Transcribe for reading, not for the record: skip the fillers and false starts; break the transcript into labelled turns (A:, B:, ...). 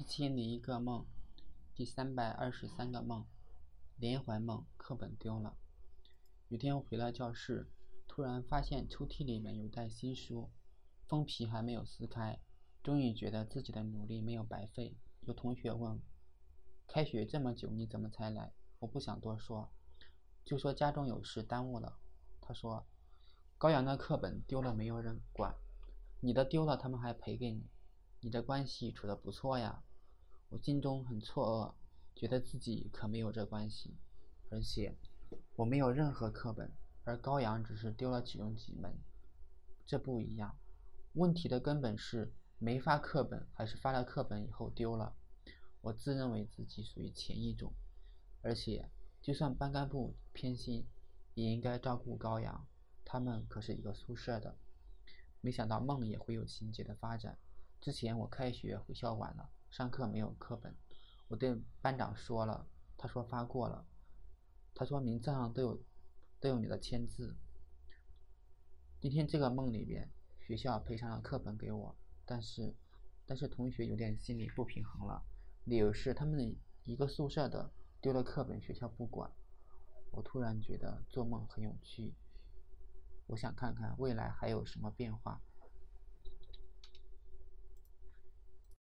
A: 1001个梦，第323个梦，连环梦，课本丢了。有天回到教室，突然发现抽屉里面有袋新书，封皮还没有撕开，终于觉得自己的努力没有白费。有同学问：开学这么久，你怎么才来？我不想多说，就说家中有事耽误了。他说：高阳的课本丢了没有人管，你的丢了他们还赔给你，你这关系处得不错呀。我心中很错愕，觉得自己可没有这关系，而且我没有任何课本，而高阳只是丢了其中几门，这不一样。问题的根本是没发课本，还是发了课本以后丢了。我自认为自己属于前一种，而且就算班干部偏心，也应该照顾高阳，他们可是一个宿舍的。没想到梦也会有情节的发展。之前我开学回校晚了，上课没有课本，我对班长说了，他说发过了，他说名册上都有你的签字。今天这个梦里边，学校赔偿了课本给我，但是同学有点心里不平衡了，理由是他们一个宿舍的丢了课本，学校不管。我突然觉得做梦很有趣，我想看看未来还有什么变化。